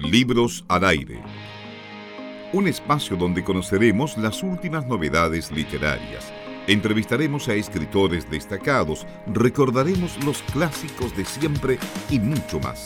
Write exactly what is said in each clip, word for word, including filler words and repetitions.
Libros al aire. Un espacio donde conoceremos las últimas novedades literarias. Entrevistaremos a escritores destacados, recordaremos los clásicos de siempre y mucho más.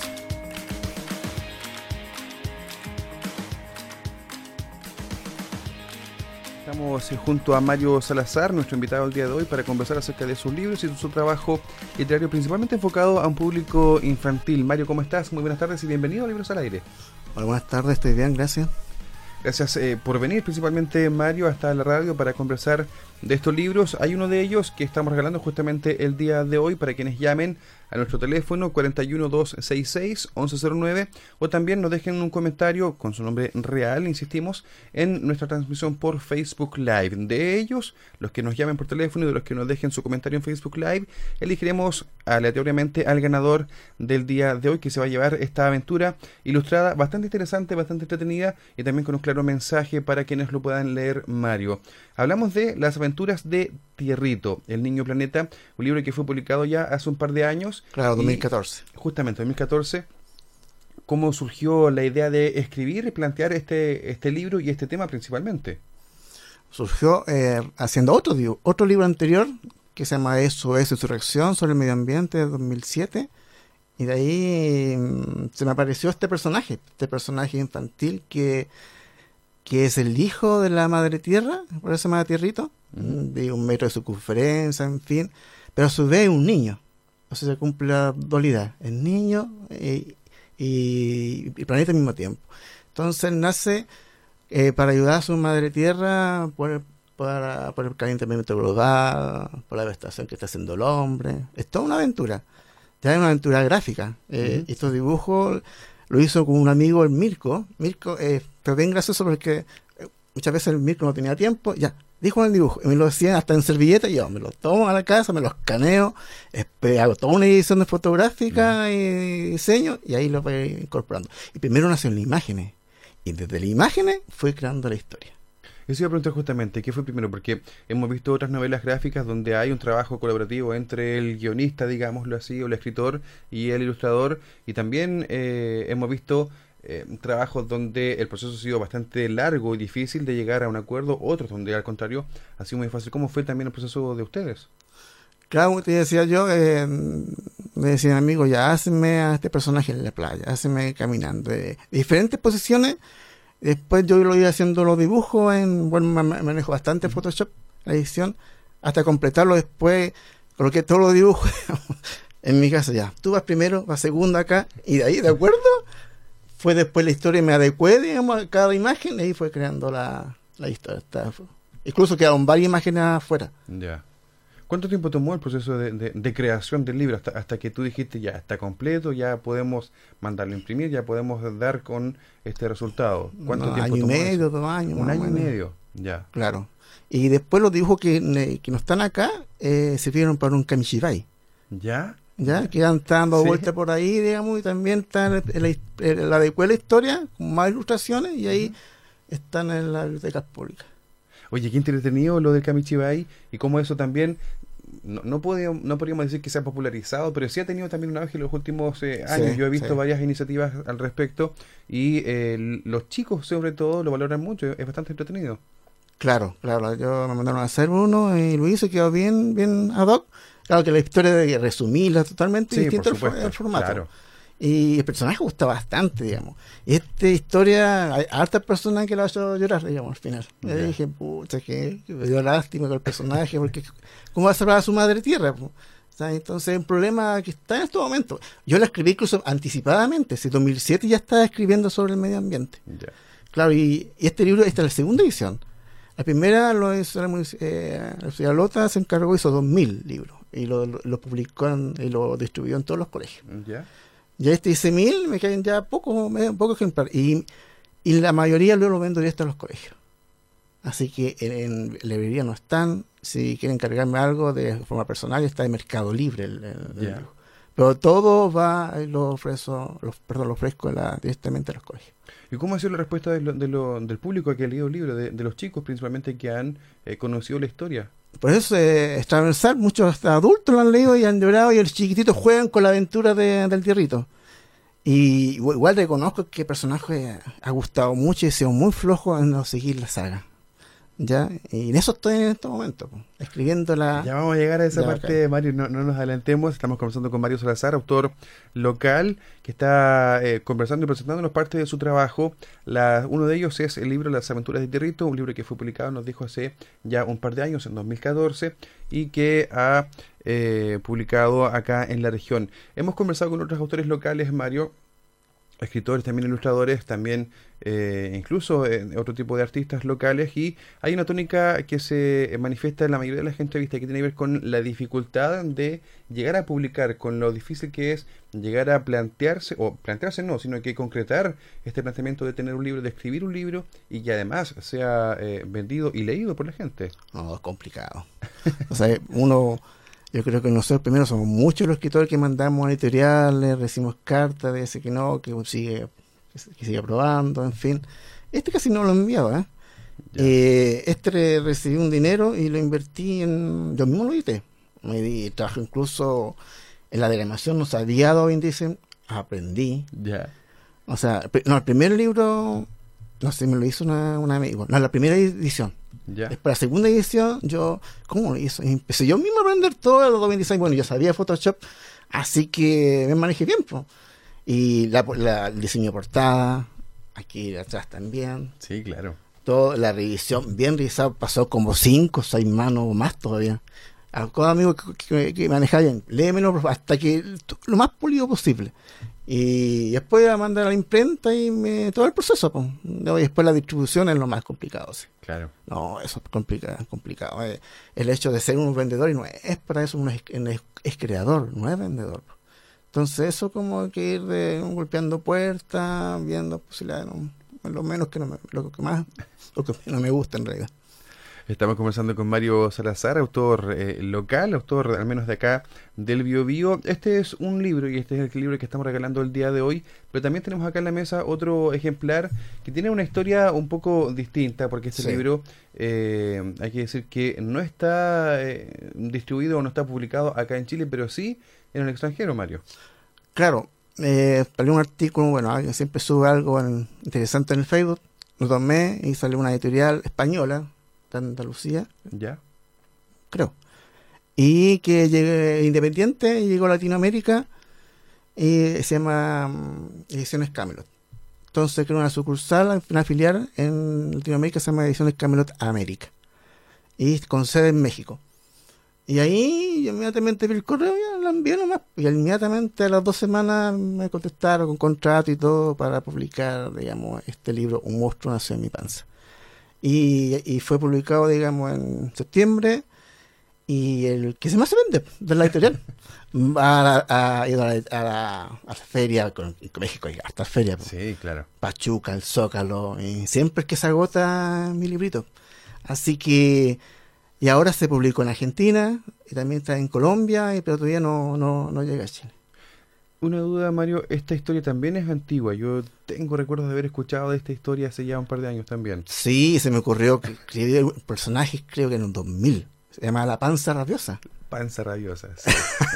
Estamos junto a Mario Salazar, nuestro invitado el día de hoy, para conversar acerca de sus libros y su trabajo literario, principalmente enfocado a un público infantil. Mario, ¿cómo estás? Muy buenas tardes y bienvenido a Libros al Aire. Hola, buenas tardes, estoy bien, gracias. Gracias eh, por venir, principalmente Mario, hasta la radio para conversar de estos libros. Hay uno de ellos que estamos regalando justamente el día de hoy para quienes llamen a nuestro teléfono cuatro uno dos seis seis once cero nueve o también nos dejen un comentario con su nombre real, insistimos, en nuestra transmisión por Facebook Live. De ellos, los que nos llamen por teléfono y de los que nos dejen su comentario en Facebook Live, elegiremos aleatoriamente al ganador del día de hoy, que se va a llevar esta aventura ilustrada bastante interesante, bastante entretenida y también con un claro mensaje para quienes lo puedan leer, Mario. Hablamos de Las aventuras de Tierrito, el niño planeta, un libro que fue publicado ya hace un par de años. Claro, dos mil catorce. Justamente, dos mil catorce. ¿Cómo surgió la idea de escribir y plantear este, este libro y este tema principalmente? Surgió eh, haciendo otro, digo, otro libro anterior que se llama Eso es Insurrección sobre el medio ambiente de dos mil siete. Y de ahí mmm, se me apareció este personaje, este personaje infantil que... que es el hijo de la madre tierra, por eso se llama Tierrito, uh-huh. de un metro de circunferencia, en fin, pero a su vez es un niño, o sea, se cumple la dualidad, el niño y, y, y planeta al mismo tiempo. Entonces nace eh, para ayudar a su madre tierra por el, para, por el calentamiento global, por la devastación que está haciendo el hombre. Es toda una aventura, ya es una aventura gráfica. Eh, uh-huh. Estos dibujos lo hizo con un amigo, el Mirko. Mirko eh, fue bien gracioso porque muchas veces el Mirko no tenía tiempo. Ya, dijo el dibujo. Y me lo hacían hasta en servilleta. Y yo me lo tomo a la casa, me lo escaneo. Este, hago toda una edición de fotográfica uh-huh. y diseño. Y ahí lo voy incorporando. Y primero nació en las imágenes. Y desde las imágenes fue creando la historia. Eso iba a preguntar justamente, ¿qué fue primero? Porque hemos visto otras novelas gráficas donde hay un trabajo colaborativo entre el guionista, digámoslo así, o el escritor y el ilustrador, y también eh, hemos visto eh, trabajos donde el proceso ha sido bastante largo y difícil de llegar a un acuerdo, otros donde al contrario ha sido muy fácil. ¿Cómo fue también el proceso de ustedes? Claro, te decía yo, eh, me decían amigos, ya hazme a este personaje en la playa, hazme caminando, de diferentes posiciones. Después yo lo iba haciendo los dibujos, en bueno, manejo bastante Photoshop, la edición, hasta completarlo. Después coloqué todos los dibujos en mi casa ya. Tú vas primero, vas segundo acá, y de ahí, ¿de acuerdo? Fue después la historia, me adecué, digamos, a cada imagen, y ahí fue creando la, la historia. Está, incluso quedaron varias imágenes afuera. Ya. Yeah. ¿Cuánto tiempo tomó el proceso de, de, de creación del libro hasta, hasta que tú dijiste ya está completo, ya podemos mandarlo a imprimir, ya podemos dar con este resultado? ¿Cuánto no, tiempo año tomó? Año y medio, eso? dos años. Un año y medio, ya. Claro. Y después los dibujos que, que no están acá eh, sirvieron para un kamishibai. ¿Ya? Ya, que han dando ¿Sí? vueltas por ahí, digamos, y también están en la, en la adecué la historia, con más ilustraciones, y ahí uh-huh. están en las bibliotecas públicas. Oye, qué entretenido lo del kamishibai, y cómo eso también... No, no, podíamos, no podríamos decir que se ha popularizado, pero sí ha tenido también un auge en los últimos eh, años. Sí, Yo he visto sí. varias iniciativas al respecto y eh, los chicos sobre todo lo valoran mucho, es bastante entretenido. Claro, claro, yo me mandaron a hacer uno y lo hice, quedó bien, bien ad hoc. Claro que la historia de resumirla totalmente sí, distinto supuesto, el, el formato. Claro. Y el personaje gusta bastante, digamos. Y esta historia, hay hartas personas que la han hecho llorar, digamos, al final. Yeah. Y dije, pucha, que, que me dio lástima con el personaje, porque ¿cómo va a salvar a su madre tierra? O sea, entonces, un problema que está en este momento. Yo la escribí incluso anticipadamente, en dos mil siete ya estaba escribiendo sobre el medio ambiente. Yeah. Claro, y, y este libro, esta es la segunda edición. La primera lo hizo la Universidad Lota, se encargó, hizo dos mil libros, y lo, lo, lo publicó en, y lo distribuyó en todos los colegios. Yeah. Ya este hice mil, me caen ya pocos poco ejemplares. Y, y la mayoría luego lo vendo directo a los colegios. Así que en, en librería no están. Si quieren cargarme algo de forma personal, está en Mercado Libre. El, el, yeah. el Pero todo va, lo ofrezco, lo, perdón, lo ofrezco la, directamente a los colegios. ¿Y cómo ha sido la respuesta de lo, de lo, del público que ha leído el libro, de, de los chicos principalmente que han eh, conocido la historia? Por eso eh, es transversal, muchos hasta adultos lo han leído y han llorado, y los chiquititos juegan con la aventura de, del Tierrito. Y igual reconozco que el personaje ha gustado mucho y he sido muy flojo en no seguir la saga. ¿Ya? Y en eso estoy en este momento, po, escribiendo la... Ya vamos a llegar a esa Ya, parte, ok. Mario, no, no nos adelantemos. Estamos conversando con Mario Salazar, autor local, que está eh, conversando y presentándonos parte de su trabajo. La, uno de ellos es el libro Las aventuras de Tierrito, un libro que fue publicado, nos dijo, hace ya un par de años, en dos mil catorce, y que ha eh, publicado acá en la región. Hemos conversado con otros autores locales, Mario, escritores, también ilustradores, también eh, incluso eh, otro tipo de artistas locales, y hay una tónica que se manifiesta en la mayoría de las entrevistas que tiene que ver con la dificultad de llegar a publicar, con lo difícil que es llegar a plantearse, o plantearse no, sino que concretar este planteamiento de tener un libro, de escribir un libro y que además sea eh, vendido y leído por la gente. No, es complicado. O sea, uno... Yo creo que nosotros primero somos muchos los escritores que mandamos a editoriales, recibimos cartas de ese que no, que sigue, que sigue aprobando, en fin. Este casi no lo he enviado, ¿eh? Eh, este recibí un dinero y lo invertí en... Yo mismo lo edité. Me di, trabajo incluso en la declamación, no sabía Dobin, dicen, aprendí. Ya. O sea, no, el primer libro, no sé, me lo hizo una, un amigo. No, la primera edición. Ya. Después la segunda edición, yo, ¿cómo lo hizo? Y empecé yo mismo a aprender todo el Adobe InDesign. Bueno, yo sabía Photoshop, así que me manejé bien, po. Y la, la, el diseño de portada, aquí atrás también. Sí, claro. Toda la revisión, bien revisada, pasó como cinco, seis manos o más todavía. A cada amigo que, que, que manejaba bien, léemelo hasta que lo más pulido posible. Y después a mandar a la imprenta y me, todo el proceso, pues. Y después la distribución es lo más complicado, sí. Claro. No, eso es complicado, complicado. Eh, el hecho de ser un vendedor y no es para eso, uno es, es, es creador, no es vendedor. Entonces eso como que ir de, golpeando puertas, viendo posibilidades, no, lo menos que no me, lo que más, lo que menos me gusta en realidad. Estamos conversando con Mario Salazar, autor eh, local, autor al menos de acá del Biobío. Este es un libro y este es el libro que estamos regalando el día de hoy, pero también tenemos acá en la mesa otro ejemplar que tiene una historia un poco distinta, porque este sí. libro, eh, hay que decir que no está eh, distribuido o no está publicado acá en Chile, pero sí en el extranjero, Mario. Claro, eh, salió un artículo, bueno, alguien siempre sube algo en, interesante en el Facebook, lo tomé y salió una editorial española de Andalucía, ya, creo, y que llegué independiente, llegó a Latinoamérica y se llama um, Ediciones Camelot. Entonces creó una sucursal, una filial en Latinoamérica, se llama Ediciones Camelot América, y con sede en México. Y ahí yo inmediatamente vi el correo y lo envié nomás, y inmediatamente a las dos semanas me contestaron con contrato y todo para publicar, digamos, este libro, Un monstruo nació en mi panza. Y, y fue publicado, digamos, en septiembre, y el que se más se vende de la editorial ha, ha ido a la, a la, a la feria, con, en México hay hartas ferias, sí, claro, Pachuca, el Zócalo, y siempre es que se agota mi librito. Así que, y ahora se publicó en Argentina, y también está en Colombia, pero todavía no, no, no llega a Chile. Una duda, Mario, esta historia también es antigua. Yo tengo recuerdos de haber escuchado de esta historia hace ya un par de años también. Sí, se me ocurrió que escribí el personaje, creo que en el dos mil. Se llama La Panza Rabiosa. Panza Rabiosa, sí.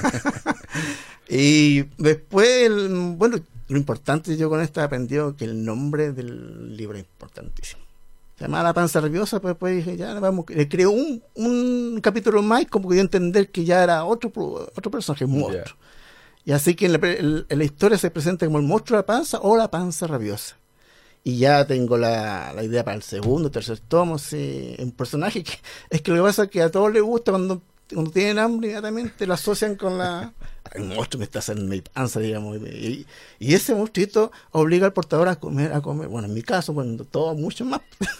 Y después, el, bueno, lo importante yo con esto aprendí que el nombre del libro es importantísimo. Se llama La Panza Rabiosa, pues después dije, ya, vamos, le creó un, un capítulo más, como que dio a entender que ya era otro, otro personaje, un monstruo. Yeah. Y así que en la, en la historia se presenta como el monstruo de la panza o la panza rabiosa. Y ya tengo la, la idea para el segundo, tercer tomo, sí, un personaje que es que lo que pasa es que a todos les gusta cuando, cuando tienen hambre, inmediatamente lo asocian con la... El monstruo me está haciendo mi panza, digamos. Y, y ese monstruito obliga al portador a comer, a comer. Bueno, en mi caso, bueno, todo, mucho más.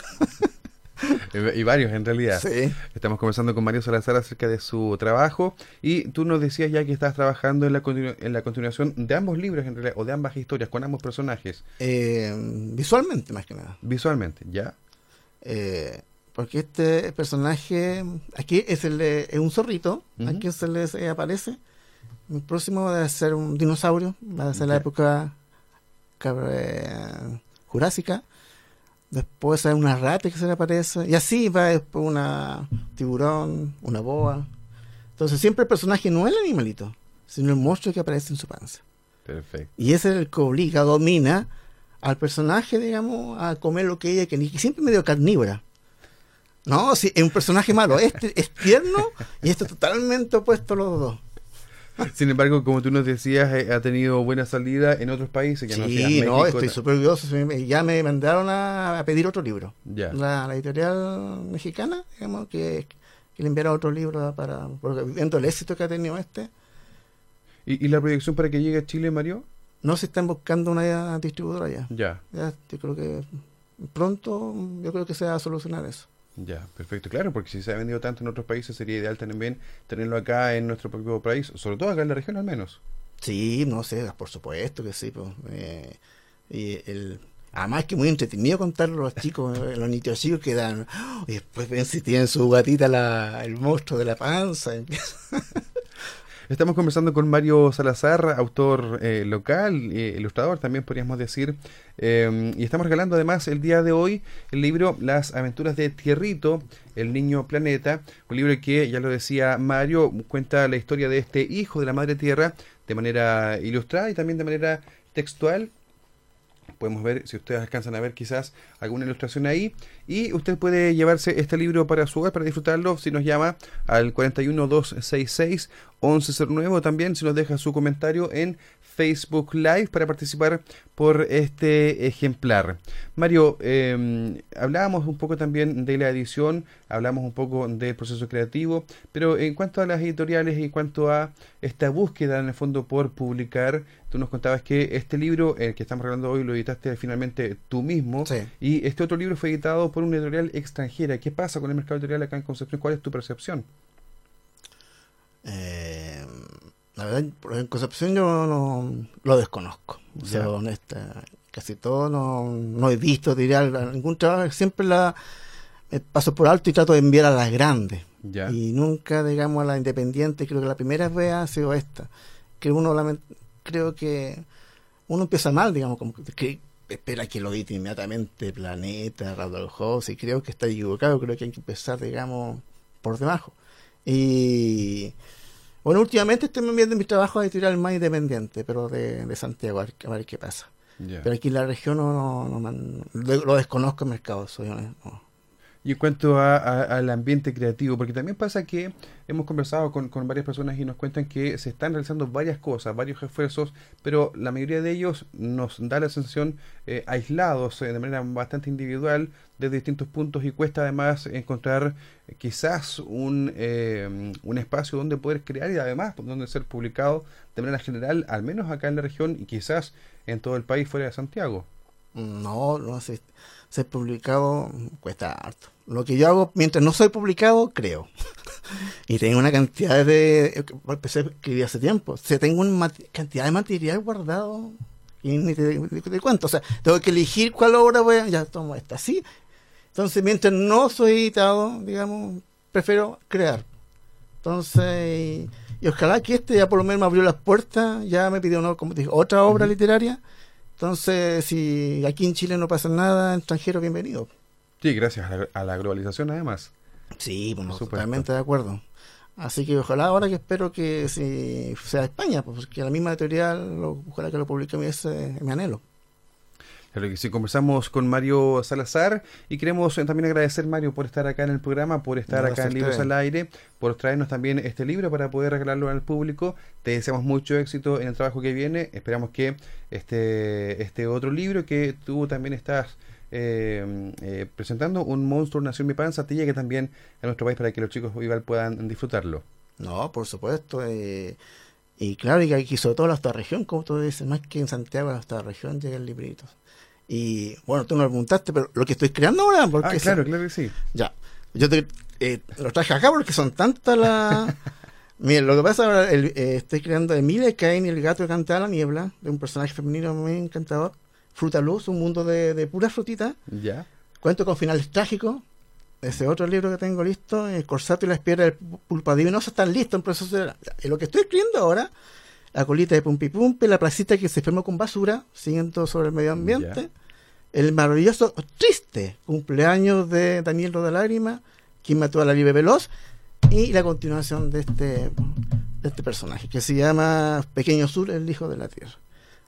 Y varios en realidad. Sí. Estamos conversando con Mario Salazar acerca de su trabajo, y tú nos decías ya que estás trabajando en la, continu en la continuación de ambos libros en realidad, o de ambas historias, con ambos personajes. Eh, visualmente, más que nada. Visualmente, ¿ya? Eh, porque este personaje, aquí es, el, es un zorrito, uh-huh. Aquí se les eh, aparece. El próximo va a ser un dinosaurio, va a ser okay. La época eh, jurásica. Después hay una rata que se le aparece, y así va después una tiburón, una boa. Entonces siempre el personaje no es el animalito, sino el monstruo que aparece en su panza. Perfecto. Y ese es el que obliga, domina al personaje, digamos, a comer lo que ella quería, que siempre medio carnívora. No, sí, es un personaje malo. Este es tierno y este totalmente opuesto a los dos. Sin embargo, como tú nos decías, eh, ha tenido buena salida en otros países. Que Sí, no, sean México, no, estoy ta- súper orgulloso. Ya me mandaron a, a pedir otro libro. Ya. La, la editorial mexicana, digamos, que, que le enviara otro libro para, porque viendo el éxito que ha tenido este, ¿Y, y la proyección para que llegue a Chile, Mario? no se están buscando una distribuidora ya. Ya, Ya, yo creo que pronto, yo creo que se va a solucionar eso. ya, perfecto. Claro, porque si se ha vendido tanto en otros países, sería ideal también tenerlo acá en nuestro propio país, sobre todo acá en la región al menos. Sí, no sé, por supuesto que sí. Pues, eh, y el, además que muy entretenido contarlo a los chicos, eh, los niños chicos que dan, ¡oh! Y después ven si tienen su gatita la, el monstruo de la panza. Estamos conversando con Mario Salazar, autor eh, local, eh, ilustrador también podríamos decir, eh, y estamos regalando además el día de hoy el libro Las aventuras de Tierrito, el niño planeta, un libro que, ya lo decía Mario, cuenta la historia de este hijo de la madre tierra de manera ilustrada y también de manera textual. Podemos ver, si ustedes alcanzan a ver quizás alguna ilustración ahí, y usted puede llevarse este libro para su hogar, para disfrutarlo, si nos llama al cuatro uno dos seis seis once cero nueve, o también si nos deja su comentario en Facebook Live para participar por este ejemplar. Mario, eh, hablábamos un poco también de la edición, hablamos un poco del proceso creativo, pero en cuanto a las editoriales y en cuanto a esta búsqueda en el fondo por publicar, tú nos contabas que este libro, el que estamos regalando hoy, lo editaste finalmente tú mismo, Sí. y este otro libro fue editado por una editorial extranjera. ¿Qué pasa con el mercado editorial acá en Concepción? ¿Cuál es tu percepción? Eh, la verdad, en Concepción yo no lo desconozco. O sea, Ya. honesta, casi todo no, no he visto, diría, ningún trabajo. Siempre la me paso por alto y trato de enviar a las grandes. Ya. Y nunca, digamos, a la independiente. Creo que la primera vez ha sido esta. Que uno, lament- creo que uno empieza mal, digamos, como que espera que lo edite inmediatamente Planeta, Random House, y creo que está equivocado. Creo que hay que empezar, digamos, por debajo. Y bueno, últimamente estoy enviando mis trabajos a editorial más independiente, pero de, de Santiago, a ver, a ver qué pasa. Ya. Pero aquí en la región no, no, no man- lo, lo desconozco el mercado, soy honesto. No. Y en cuanto a, a- al ambiente creativo, porque también pasa que hemos conversado con, con varias personas y nos cuentan que se están realizando varias cosas, varios esfuerzos, pero la mayoría de ellos nos da la sensación eh, aislados, eh, de manera bastante individual, desde distintos puntos, y cuesta además encontrar eh, quizás un, eh, un espacio donde poder crear y además donde ser publicado de manera general, al menos acá en la región y quizás en todo el país fuera de Santiago. No, no sé. Ser publicado cuesta harto. Lo que yo hago mientras no soy publicado, creo. Y tengo una cantidad de. Empecé a escribir hace tiempo. O sea, tengo una cantidad de material guardado. Y ni te, te, te cuento. O sea, tengo que elegir cuál obra voy a. Ya tomo esta, sí. Entonces, mientras no soy editado, digamos, prefiero crear. Entonces. Y ojalá que este ya por lo menos me abrió las puertas. Ya me pidió, ¿no? Como te dije, otra obra uh-huh. literaria. Entonces, si aquí en Chile no pasa nada, extranjero, bienvenido. Sí, gracias a la, a la globalización además. Sí, bueno, totalmente de acuerdo. Así que ojalá ahora que espero que si sea España, pues, porque la misma editorial, lo, ojalá que lo publique, ese es mi anhelo. Claro que sí, conversamos con Mario Salazar y queremos también agradecer, Mario, por estar acá en el programa, por estar Gracias acá en Libros al Aire, por traernos también este libro para poder regalarlo al público. Te deseamos mucho éxito en el trabajo que viene. Esperamos que este, este otro libro que tú también estás eh, eh, presentando, Un monstruo nació en mi panza, te llegue también a nuestro país para que los chicos igual puedan disfrutarlo. No, por supuesto. Eh, y claro, y aquí sobre todo en esta región, como tú dices, más que en Santiago, en esta región llegan libritos. Y bueno, tú no me preguntaste, pero lo que estoy creando ahora, porque ah, claro, claro que sí. Ya, yo te, eh, lo traje acá porque son tantas las. Miren, lo que pasa ahora, el, eh, estoy creando Emilia Cain y el gato que canta a la niebla, de un personaje femenino muy encantador. Fruta Luz, un mundo de, de pura frutita. Ya. Cuento con finales trágicos. Ese otro libro que tengo listo, El Corsato y las piedras del pulpa divinoso, están listos en proceso de. Y lo que estoy escribiendo ahora. La colita de Pumpi Pumpi, la placita que se enfermó con basura, siguiendo sobre el medio ambiente. Yeah. El maravilloso, triste cumpleaños de Daniel Rodalágrima, quien mató a la Libre Veloz. Y la continuación de este, de este personaje, que se llama Pequeño Sur, el hijo de la tierra.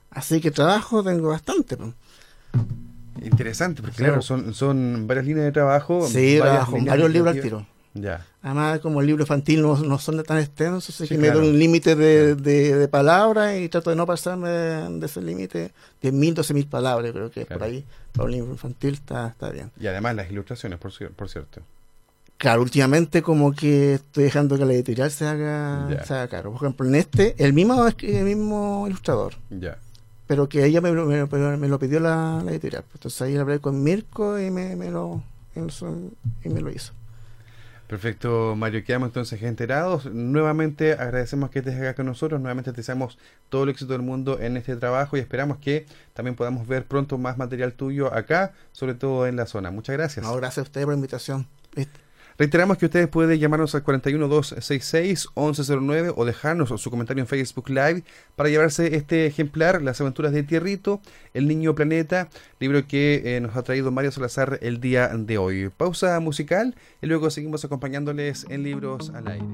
Así que trabajo tengo bastante. Pues. Interesante, porque Claro. claro, son, son varias líneas de trabajo. Sí, varias trabajo en líneas varios libros al narrativas. tiro. Ya. Además, como el libro infantil no, no son de tan extensos, así Sí, que me claro. doy un límite de, de, de palabras y trato de no pasarme de, de ese límite. diez mil, doce mil palabras, creo que Claro. por ahí, para un libro infantil está, está bien. Y además las ilustraciones, por, cier- por cierto. Claro, últimamente como que estoy dejando que la editorial se haga, Ya. se haga caro. Por ejemplo, en este, el mismo, el mismo ilustrador, Ya. pero que ella me, lo- me, lo- me lo pidió la, la editorial. Entonces ahí hablé con Mirko y me, me lo, y me lo hizo. Perfecto, Mario. Quedamos entonces enterados. Nuevamente agradecemos que estés acá con nosotros. Nuevamente te deseamos todo el éxito del mundo en este trabajo y esperamos que también podamos ver pronto más material tuyo acá, sobre todo en la zona. Muchas gracias. No, gracias a ustedes por la invitación. ¿Viste? Reiteramos que ustedes pueden llamarnos al cuatro uno dos seis seis once cero nueve o dejarnos su comentario en Facebook Live para llevarse este ejemplar, Las aventuras de Tierrito, El niño planeta, libro que eh, nos ha traído Mario Salazar el día de hoy. Pausa musical y luego seguimos acompañándoles en Libros al Aire.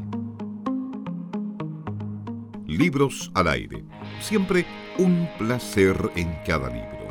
Libros al aire. Siempre un placer en cada libro.